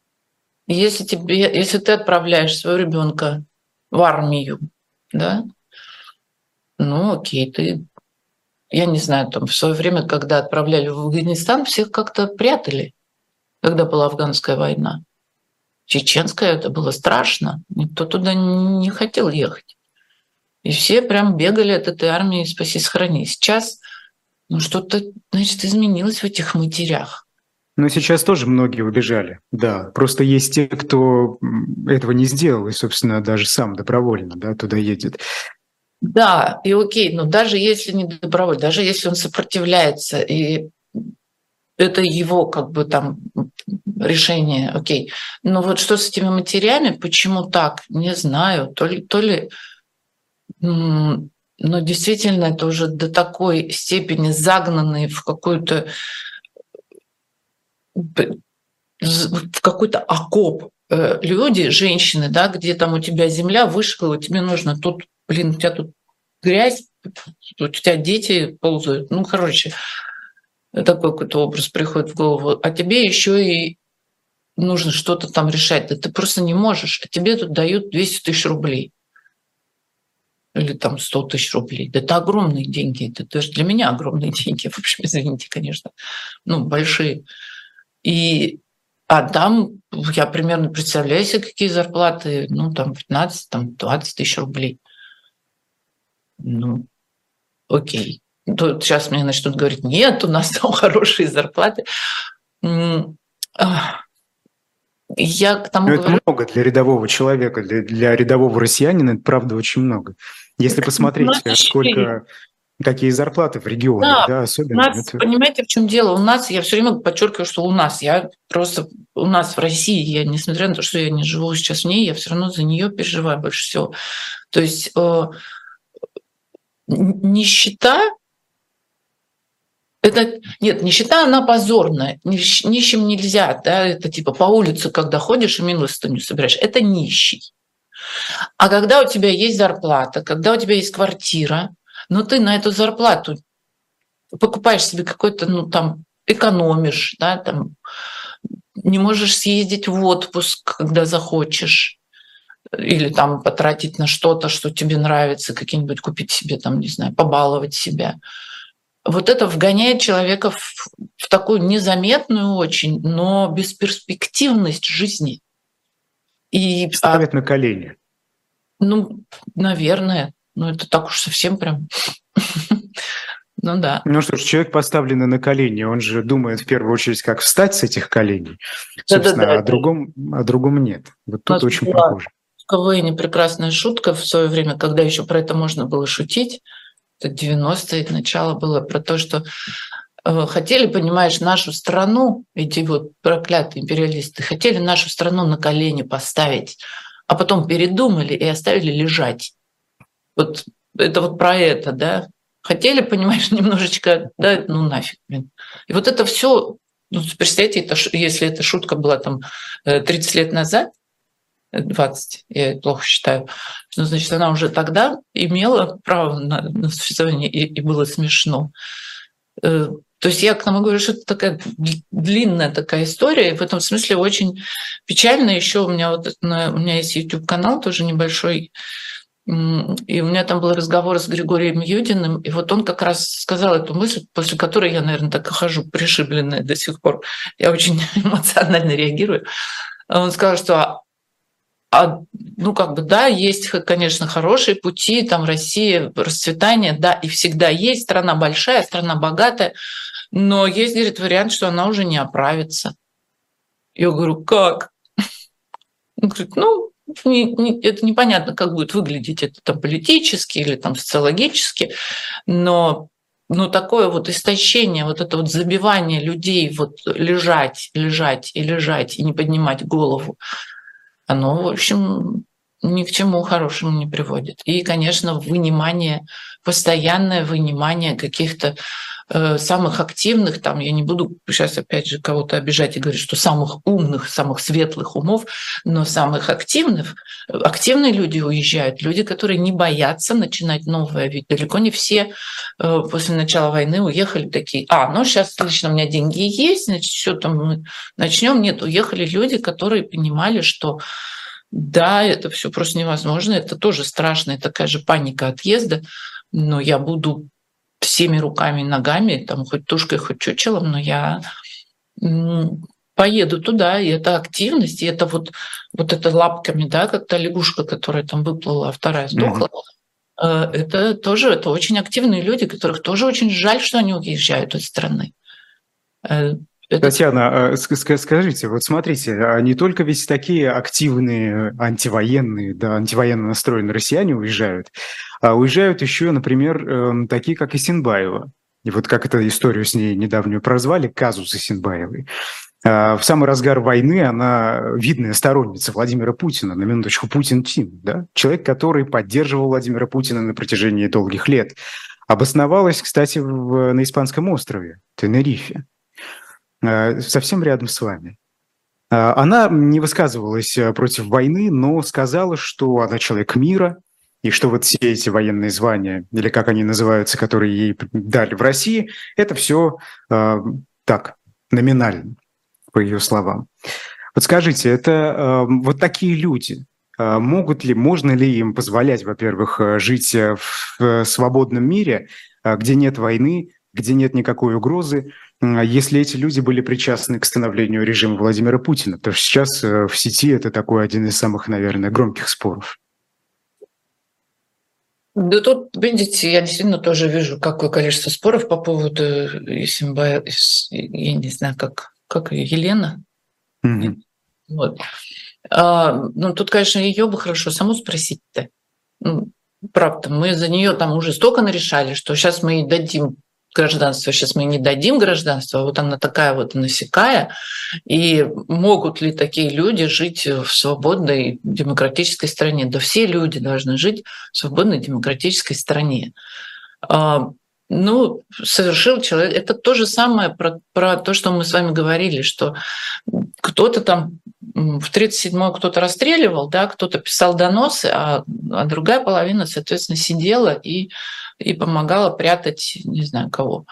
[SPEAKER 3] отправляешь своего ребенка в армию, да, ну окей, ты, я не знаю, там в свое время, когда отправляли в Афганистан, всех как-то прятали, когда была афганская война. Чеченская, это было страшно, никто туда не хотел ехать. И все прям бегали от этой армии, спаси, сохрани. Сейчас что-то, значит, изменилось в этих матерях.
[SPEAKER 2] Но сейчас тоже многие убежали, да. Просто есть те, кто этого не сделал, и, собственно, даже сам добровольно, да, туда едет.
[SPEAKER 3] Да, и окей, но даже если не добровольно, даже если он сопротивляется, и это его как бы там решение, окей. Но вот что с этими матерями, почему так, не знаю, то ли, но действительно это уже до такой степени загнанные в какую-то в какой-то окоп люди, женщины, да, где там у тебя земля вышла, тебе нужно тут, у тебя тут грязь, у тебя дети ползают. Ну, короче, такой какой-то образ приходит в голову. А тебе еще и нужно что-то там решать. Да ты просто не можешь. А тебе тут дают 200 тысяч рублей. Или там 100 тысяч рублей. Да это огромные деньги. Это даже для меня огромные деньги. В общем, извините, конечно. Ну, большие. А там я примерно представляю себе, какие зарплаты, ну, там 15, там 20 тысяч рублей. Ну, окей. Тут сейчас мне начнут говорить, нет, у нас там хорошие зарплаты. Я к тому
[SPEAKER 2] говорю... Это много для рядового человека, для рядового россиянина, это правда очень много. Если посмотреть, какие зарплаты в регионах, да, особенно.
[SPEAKER 3] Понимаете, в чем дело? У нас, я все время подчеркиваю, что у нас в России, я, несмотря на то, что я не живу сейчас в ней, я все равно за нее переживаю больше всего. То есть нищета, нищета, она позорная. Нищим нельзя, да, это типа по улице, когда ходишь и милостыню собираешь, это нищий. А когда у тебя есть зарплата, когда у тебя есть квартира, но ты на эту зарплату покупаешь себе какой-то, ну там, экономишь, да, там, не можешь съездить в отпуск, когда захочешь, или там потратить на что-то, что тебе нравится, какие-нибудь купить себе, там, не знаю, побаловать себя. Вот это вгоняет человека в такую незаметную очень, но бесперспективность жизни. И
[SPEAKER 2] ставят на колени.
[SPEAKER 3] Ну, наверное. Ну, это так уж совсем прям... Ну да.
[SPEAKER 2] Ну что ж, человек, поставленный на колени, он же думает в первую очередь, как встать с этих коленей. Собственно, о другом нет. Вот тут очень похоже.
[SPEAKER 3] В КВН прекрасная шутка в свое время, когда еще про это можно было шутить. Это 90-е, начало было про то, что хотели, понимаешь, нашу страну, эти вот проклятые империалисты, хотели нашу страну на колени поставить, а потом передумали и оставили лежать. Вот это вот про это, да. Хотели, понимаешь, немножечко, да, ну нафиг, блин. И вот это все, ну, представьте, если эта шутка была там 30 лет назад, 20, я плохо считаю, ну, значит, она уже тогда имела право на существование, и было смешно. То есть я к тому говорю, что это такая длинная такая история, и в этом смысле очень печально. Еще у меня есть YouTube-канал тоже небольшой, и у меня там был разговор с Григорием Юдиным, и вот он как раз сказал эту мысль, после которой я, наверное, так и хожу пришибленная до сих пор. Я очень эмоционально реагирую. Он сказал, что да, есть, конечно, хорошие пути, там Россия, расцветание, да, и всегда есть, страна большая, страна богатая, но есть, говорит, вариант, что она уже не оправится. Я говорю, как? Он говорит, это непонятно, как будет выглядеть это там политически или там социологически, но такое вот истощение, вот это вот забивание людей, вот лежать и не поднимать голову, оно, в общем, ни к чему хорошему не приводит. И, конечно, постоянное вынимание каких-то самых активных, там, я не буду сейчас опять же кого-то обижать и говорить, что самых умных, самых светлых умов, но самых активные люди уезжают, люди, которые не боятся начинать новое, ведь далеко не все после начала войны уехали такие, сейчас лично у меня деньги есть, значит, все там мы начнем. Нет, уехали люди, которые понимали, что да, это все просто невозможно, это тоже страшная такая же паника отъезда, но я буду всеми руками и ногами, там, хоть тушкой, хоть чучелом, но я поеду туда, и это активность, и это вот это лапками, да, как та лягушка, которая там выплыла, а вторая сдохла. Это очень активные люди, которых тоже очень жаль, что они уезжают из страны.
[SPEAKER 2] Татьяна, скажите, вот смотрите, не только ведь такие активные антивоенные, да, антивоенно настроенные россияне уезжают, а уезжают еще, например, такие, как Исенбаева. И вот как эту историю с ней недавнюю прозвали, казус Исенбаевой. В самый разгар войны она видная сторонница Владимира Путина, на минуточку Путин-Тим, да? Человек, который поддерживал Владимира Путина на протяжении долгих лет. Обосновалась, кстати, на Испанском острове, Тенерифе, совсем рядом с вами. Она не высказывалась против войны, но сказала, что она человек мира, и что вот все эти военные звания, или как они называются, которые ей дали в России, это все так, номинально, по ее словам. Вот скажите, это вот такие люди, можно ли им позволять, во-первых, жить в свободном мире, где нет войны, где нет никакой угрозы, если эти люди были причастны к становлению режима Владимира Путина? Потому что сейчас в сети это такой один из самых, наверное, громких споров.
[SPEAKER 3] Да тут, видите, я действительно тоже вижу, какое количество споров по поводу Исенбаевой, я не знаю, как ее, Елена? Mm-hmm. Вот. Тут, конечно, ее бы хорошо саму спросить-то. Правда, мы за нее там уже столько нарешали, что сейчас мы ей дадим гражданство, сейчас мы не дадим гражданство, а вот она такая вот насекая. И могут ли такие люди жить в свободной демократической стране? Да все люди должны жить в свободной демократической стране. Совершил человек. Это то же самое про то, что мы с вами говорили, что кто-то там в 1937-м кто-то расстреливал, да, кто-то писал доносы, а другая половина, соответственно, сидела и помогала прятать, не знаю кого,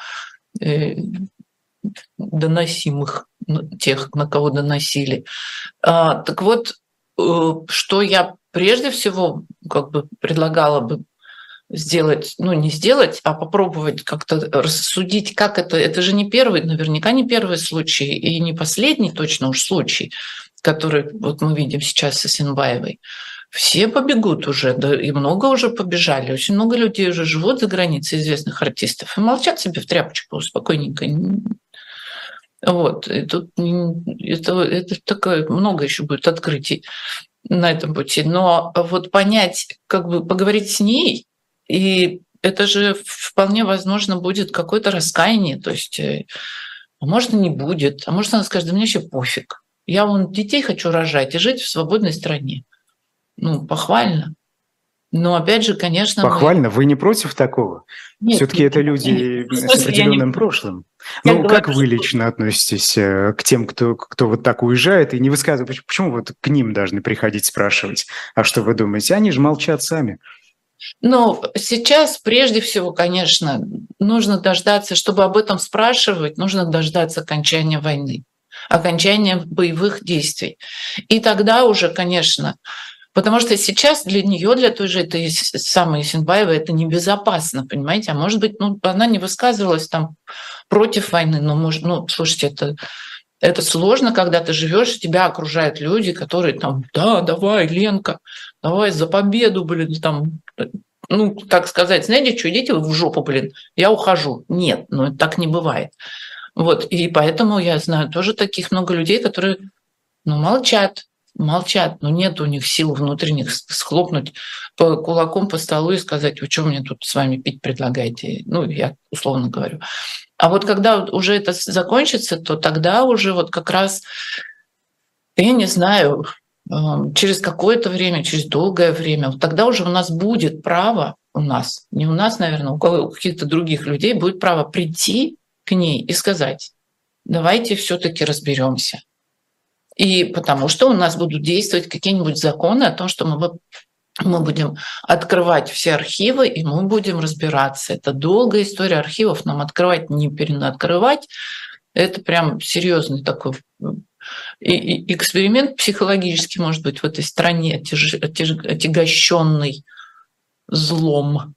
[SPEAKER 3] доносимых, тех, на кого доносили. Так вот, что я прежде всего предлагала бы сделать, не сделать, а попробовать как-то рассудить, как это же не первый, наверняка не первый случай, и не последний точно уж случай, который вот мы видим сейчас с Исенбаевой. Все побегут уже, да, и много уже побежали. Очень много людей уже живут за границей известных артистов и молчат себе в тряпочку спокойненько. Вот. И тут это такое, много еще будет открытий на этом пути. Но вот понять, поговорить с ней, и это же вполне возможно будет какое-то раскаяние. То есть, может, не будет, а может, она скажет, да мне вообще пофиг. Я детей хочу рожать и жить в свободной стране. Похвально. Но опять же, конечно...
[SPEAKER 2] Похвально? Вы не против такого? Все-таки это люди с определенным прошлым. Как вы лично относитесь к тем, кто вот так уезжает и не высказывает? Почему вот к ним должны приходить спрашивать? А что вы думаете? Они же молчат сами.
[SPEAKER 3] Но сейчас, прежде всего, конечно, нужно дождаться, чтобы об этом спрашивать, нужно дождаться окончания войны, окончания боевых действий. И тогда уже, конечно, потому что сейчас для нее, для той же этой самой Исенбаевой, это небезопасно, понимаете? А может быть, она не высказывалась там против войны, но может, слушайте, это сложно, когда ты живешь, тебя окружают люди, которые там, да, давай, Ленка, давай за победу, блин, там, так сказать, знаете, что, идите вы в жопу, блин, я ухожу. Нет, это так не бывает. Вот, и поэтому я знаю тоже таких много людей, которые, молчат, но нет у них сил внутренних схлопнуть кулаком по столу и сказать, вы что мне тут с вами пить предлагаете? Я условно говорю. А вот когда уже это закончится, то тогда уже вот как раз, я не знаю, через какое-то время, через долгое время, вот тогда уже у нас будет право, не у нас, наверное, у каких-то других людей будет право прийти к ней и сказать, давайте все-таки разберемся. И потому что у нас будут действовать какие-нибудь законы о том, что мы будем открывать все архивы, и мы будем разбираться. Это долгая история архивов, нам открывать, не переоткрывать. Это прям серьезный такой и эксперимент психологический, может быть, в этой стране, отягощенный злом.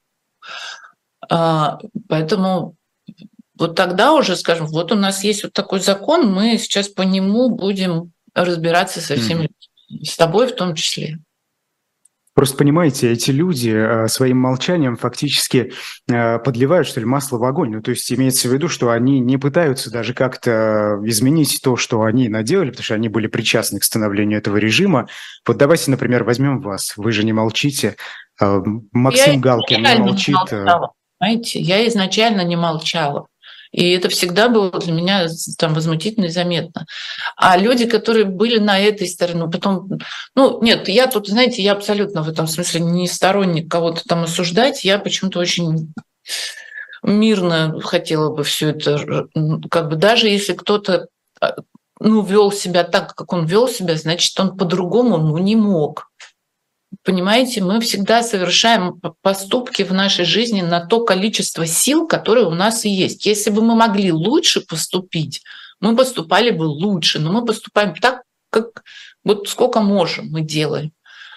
[SPEAKER 3] Поэтому вот тогда уже, скажем, вот у нас есть вот такой закон, мы сейчас по нему будем разбираться со всеми людьми, с тобой в том числе.
[SPEAKER 2] Просто понимаете, эти люди своим молчанием фактически подливают, что ли, масло в огонь. То есть имеется в виду, что они не пытаются даже как-то изменить то, что они наделали, потому что они были причастны к становлению этого режима. Вот давайте, например, возьмем вас. Вы же не молчите. Максим Галкин не молчит.
[SPEAKER 3] Понимаете, я изначально не молчала. И это всегда было для меня там возмутительно и заметно. А люди, которые были на этой стороне, потом... нет, я тут, знаете, я абсолютно в этом смысле не сторонник кого-то там осуждать. Я почему-то очень мирно хотела бы все это... даже если кто-то вел себя так, как он вел себя, значит, он по-другому не мог. Понимаете, мы всегда совершаем поступки в нашей жизни на то количество сил, которые у нас и есть. Если бы мы могли лучше поступить, мы поступали бы лучше, но мы поступаем так, как вот сколько можем, мы делаем.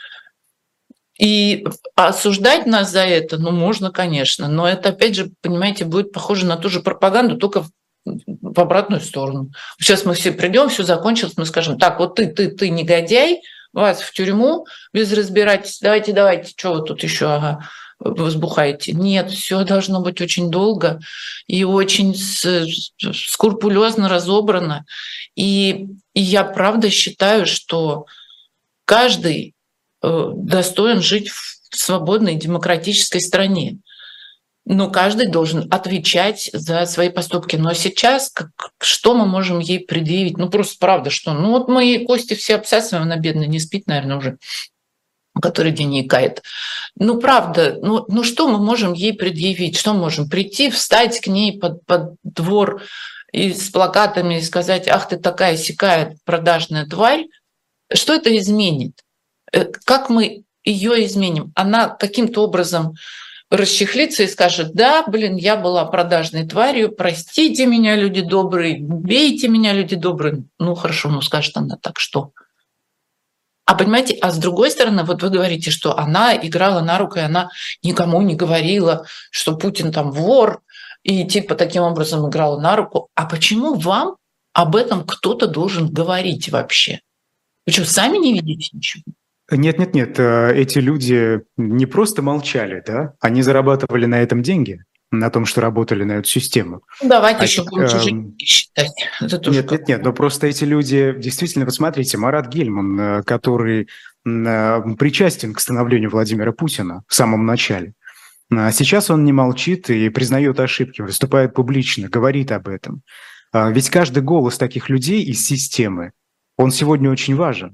[SPEAKER 3] И осуждать нас за это, можно, конечно, но это, опять же, понимаете, будет похоже на ту же пропаганду, только в обратную сторону. Сейчас мы все придем, все закончилось, мы скажем, так, вот ты негодяй, вас в тюрьму без разбирательства. Давайте, что вы тут еще возбухаете? Нет, все должно быть очень долго и очень скрупулезно разобрано. И я правда считаю, что каждый достоин жить в свободной демократической стране. Но каждый должен отвечать за свои поступки. Но сейчас что мы можем ей предъявить? Просто правда, что? Вот мы ей кости все обсасываем, она бедная, не спит, наверное, уже, который день икает. Правда, что мы можем ей предъявить? Что мы можем? Прийти, встать к ней под двор и с плакатами и сказать, ах ты такая сякая продажная тварь? Что это изменит? Как мы ее изменим? Она каким-то образом расчехлится и скажет, да, я была продажной тварью, простите меня, люди добрые, бейте меня, люди добрые. Хорошо, скажет она так, что? А понимаете, с другой стороны, вот вы говорите, что она играла на руку, и она никому не говорила, что Путин там вор, и таким образом играла на руку. А почему вам об этом кто-то должен говорить вообще? Вы что, сами не видите ничего?
[SPEAKER 2] Нет, эти люди не просто молчали, да? Они зарабатывали на этом деньги, на том, что работали на эту систему.
[SPEAKER 3] Давайте еще будем чужие деньги считать.
[SPEAKER 2] Нет, но просто эти люди, действительно, посмотрите, Марат Гельман, который причастен к становлению Владимира Путина в самом начале, сейчас он не молчит и признает ошибки, выступает публично, говорит об этом. Ведь каждый голос таких людей из системы, он сегодня очень важен.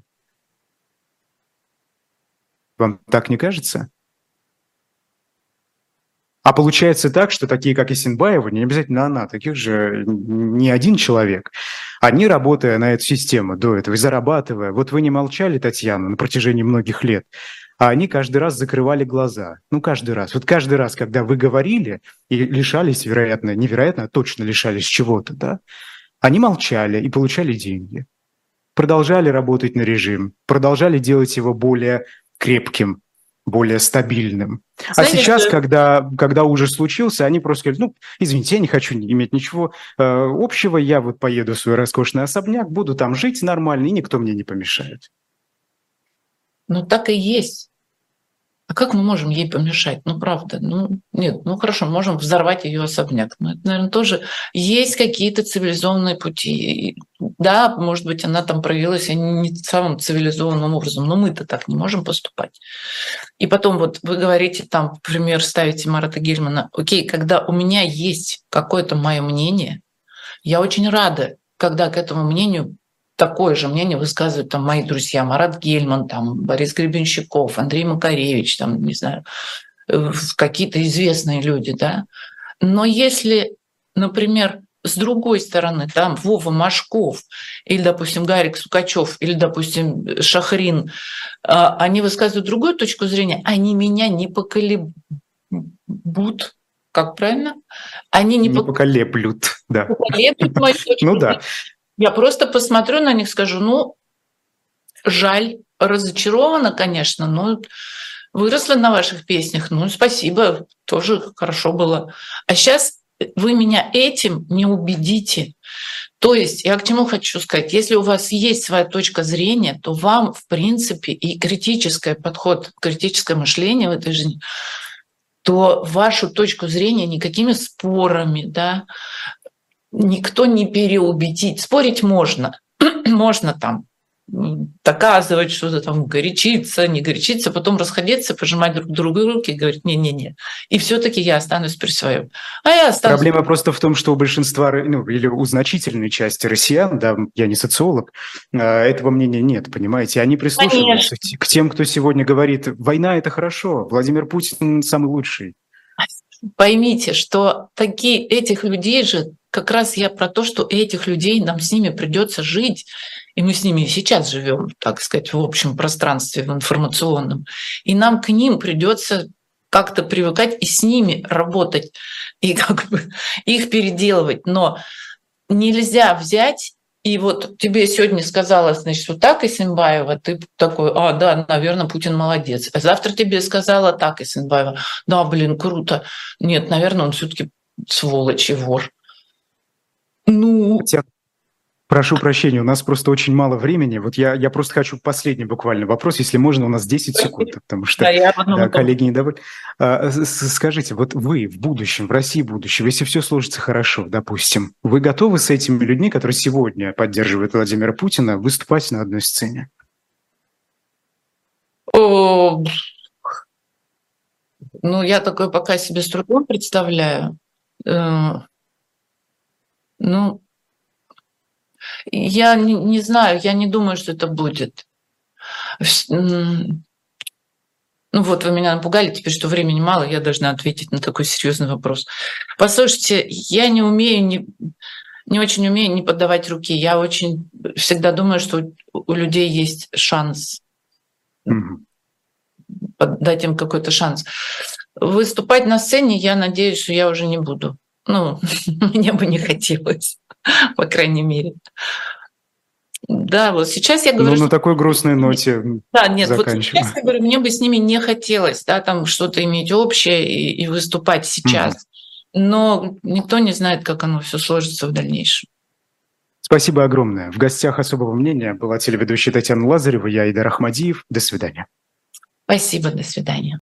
[SPEAKER 2] Вам так не кажется? А получается так, что такие, как Исенбаева, не обязательно она, таких же не один человек, Они, работая на эту систему до этого и зарабатывая, вот вы не молчали, Татьяна, на протяжении многих лет, а они каждый раз закрывали глаза. Ну, каждый раз. Вот каждый раз, когда вы говорили и лишались, вероятно, невероятно, а точно лишались чего-то, да, они молчали и получали деньги. Продолжали работать на режим, продолжали делать его более крепким, более стабильным. А сейчас, когда ужас случился, они просто говорят, ну, извините, я не хочу иметь ничего общего, я вот поеду в свой роскошный особняк, буду там жить нормально, и никто мне не помешает.
[SPEAKER 3] Ну, так и есть. А как мы можем ей помешать? Ну, правда. Ну, нет, ну хорошо, можем взорвать ее особняк. Но это, наверное, тоже есть какие-то цивилизованные пути. Да, может быть, она там проявилась не самым цивилизованным образом, но мы-то так не можем поступать. И потом вот вы говорите, там, пример ставите Марата Гельмана. Окей, когда у меня есть какое-то мое мнение, я очень рада, когда к этому мнению такое же мнение высказывают там мои друзья Марат Гельман, там, Борис Гребенщиков, Андрей Макаревич, там, не знаю, какие-то известные люди, да. Но если, например, с другой стороны, там Вова Машков или, допустим, Гарик Сукачев или, допустим, Шахрин, они высказывают другую точку зрения, они меня не поколебут. Как правильно? Они не
[SPEAKER 2] поколеблют, да.
[SPEAKER 3] Поколеблют мою точку зрения.
[SPEAKER 2] Ну да.
[SPEAKER 3] Я просто посмотрю на них, скажу, ну, жаль, разочарована, конечно, но выросла на ваших песнях, ну, спасибо, тоже хорошо было. А сейчас вы меня этим не убедите. То есть я к чему хочу сказать, если у вас есть своя точка зрения, то вам, в принципе, и критический подход, критическое мышление в этой жизни, то вашу точку зрения никакими спорами, да, никто не переубедит. Спорить можно. Можно там доказывать что-то, там горячиться, не горячиться, потом расходиться, пожимать друг другу руки и говорить не-не-не. И все-таки я останусь при своем.
[SPEAKER 2] Проблема просто в том, что у большинства, ну, или у значительной части россиян, да, я не социолог, этого мнения нет, понимаете? Они прислушиваются к тем, кто сегодня говорит, война – это хорошо, Владимир Путин самый лучший.
[SPEAKER 3] Поймите, что этих людей же, как раз я про то, что этих людей, нам с ними придется жить, и мы с ними и сейчас живем, так сказать, в общем пространстве, в информационном, и нам к ним придется как-то привыкать и с ними работать, и как бы их переделывать. Но нельзя взять, и вот тебе сегодня сказала, значит, вот так Исимбаева, ты такой, да, наверное, Путин молодец. А завтра тебе сказала так Исимбаева, да, блин, круто. Нет, наверное, он все-таки сволочь и вор. Ну...
[SPEAKER 2] Прошу прощения, у нас просто очень мало времени. Вот я просто хочу последний буквально вопрос, если можно, у нас 10 секунд, потому что коллеги недовольны. Скажите, вот вы в будущем, в России будущего, если все сложится хорошо, допустим, вы готовы с этими людьми, которые сегодня поддерживают Владимира Путина, выступать на одной сцене?
[SPEAKER 3] Ну, я такое пока себе с трудом представляю. Ну, я не знаю, я не думаю, что это будет. Ну вот, вы меня напугали теперь, что времени мало, я должна ответить на такой серьезный вопрос. Послушайте, я не очень умею не поддавать руки. Я очень всегда думаю, что у людей есть шанс. Дать им какой-то шанс. Выступать на сцене, я надеюсь, что я уже не буду. Ну, мне бы не хотелось, по крайней мере. Да, вот сейчас я говорю...
[SPEAKER 2] на такой грустной ноте
[SPEAKER 3] да, нет, вот сейчас я говорю, мне бы с ними не хотелось, да, там что-то иметь общее и выступать сейчас. Но никто не знает, как оно все сложится в дальнейшем.
[SPEAKER 2] Спасибо огромное. В гостях «Особого мнения» была телеведущая Татьяна Лазарева, я Айдар Ахмадиев. До свидания.
[SPEAKER 3] Спасибо, до свидания.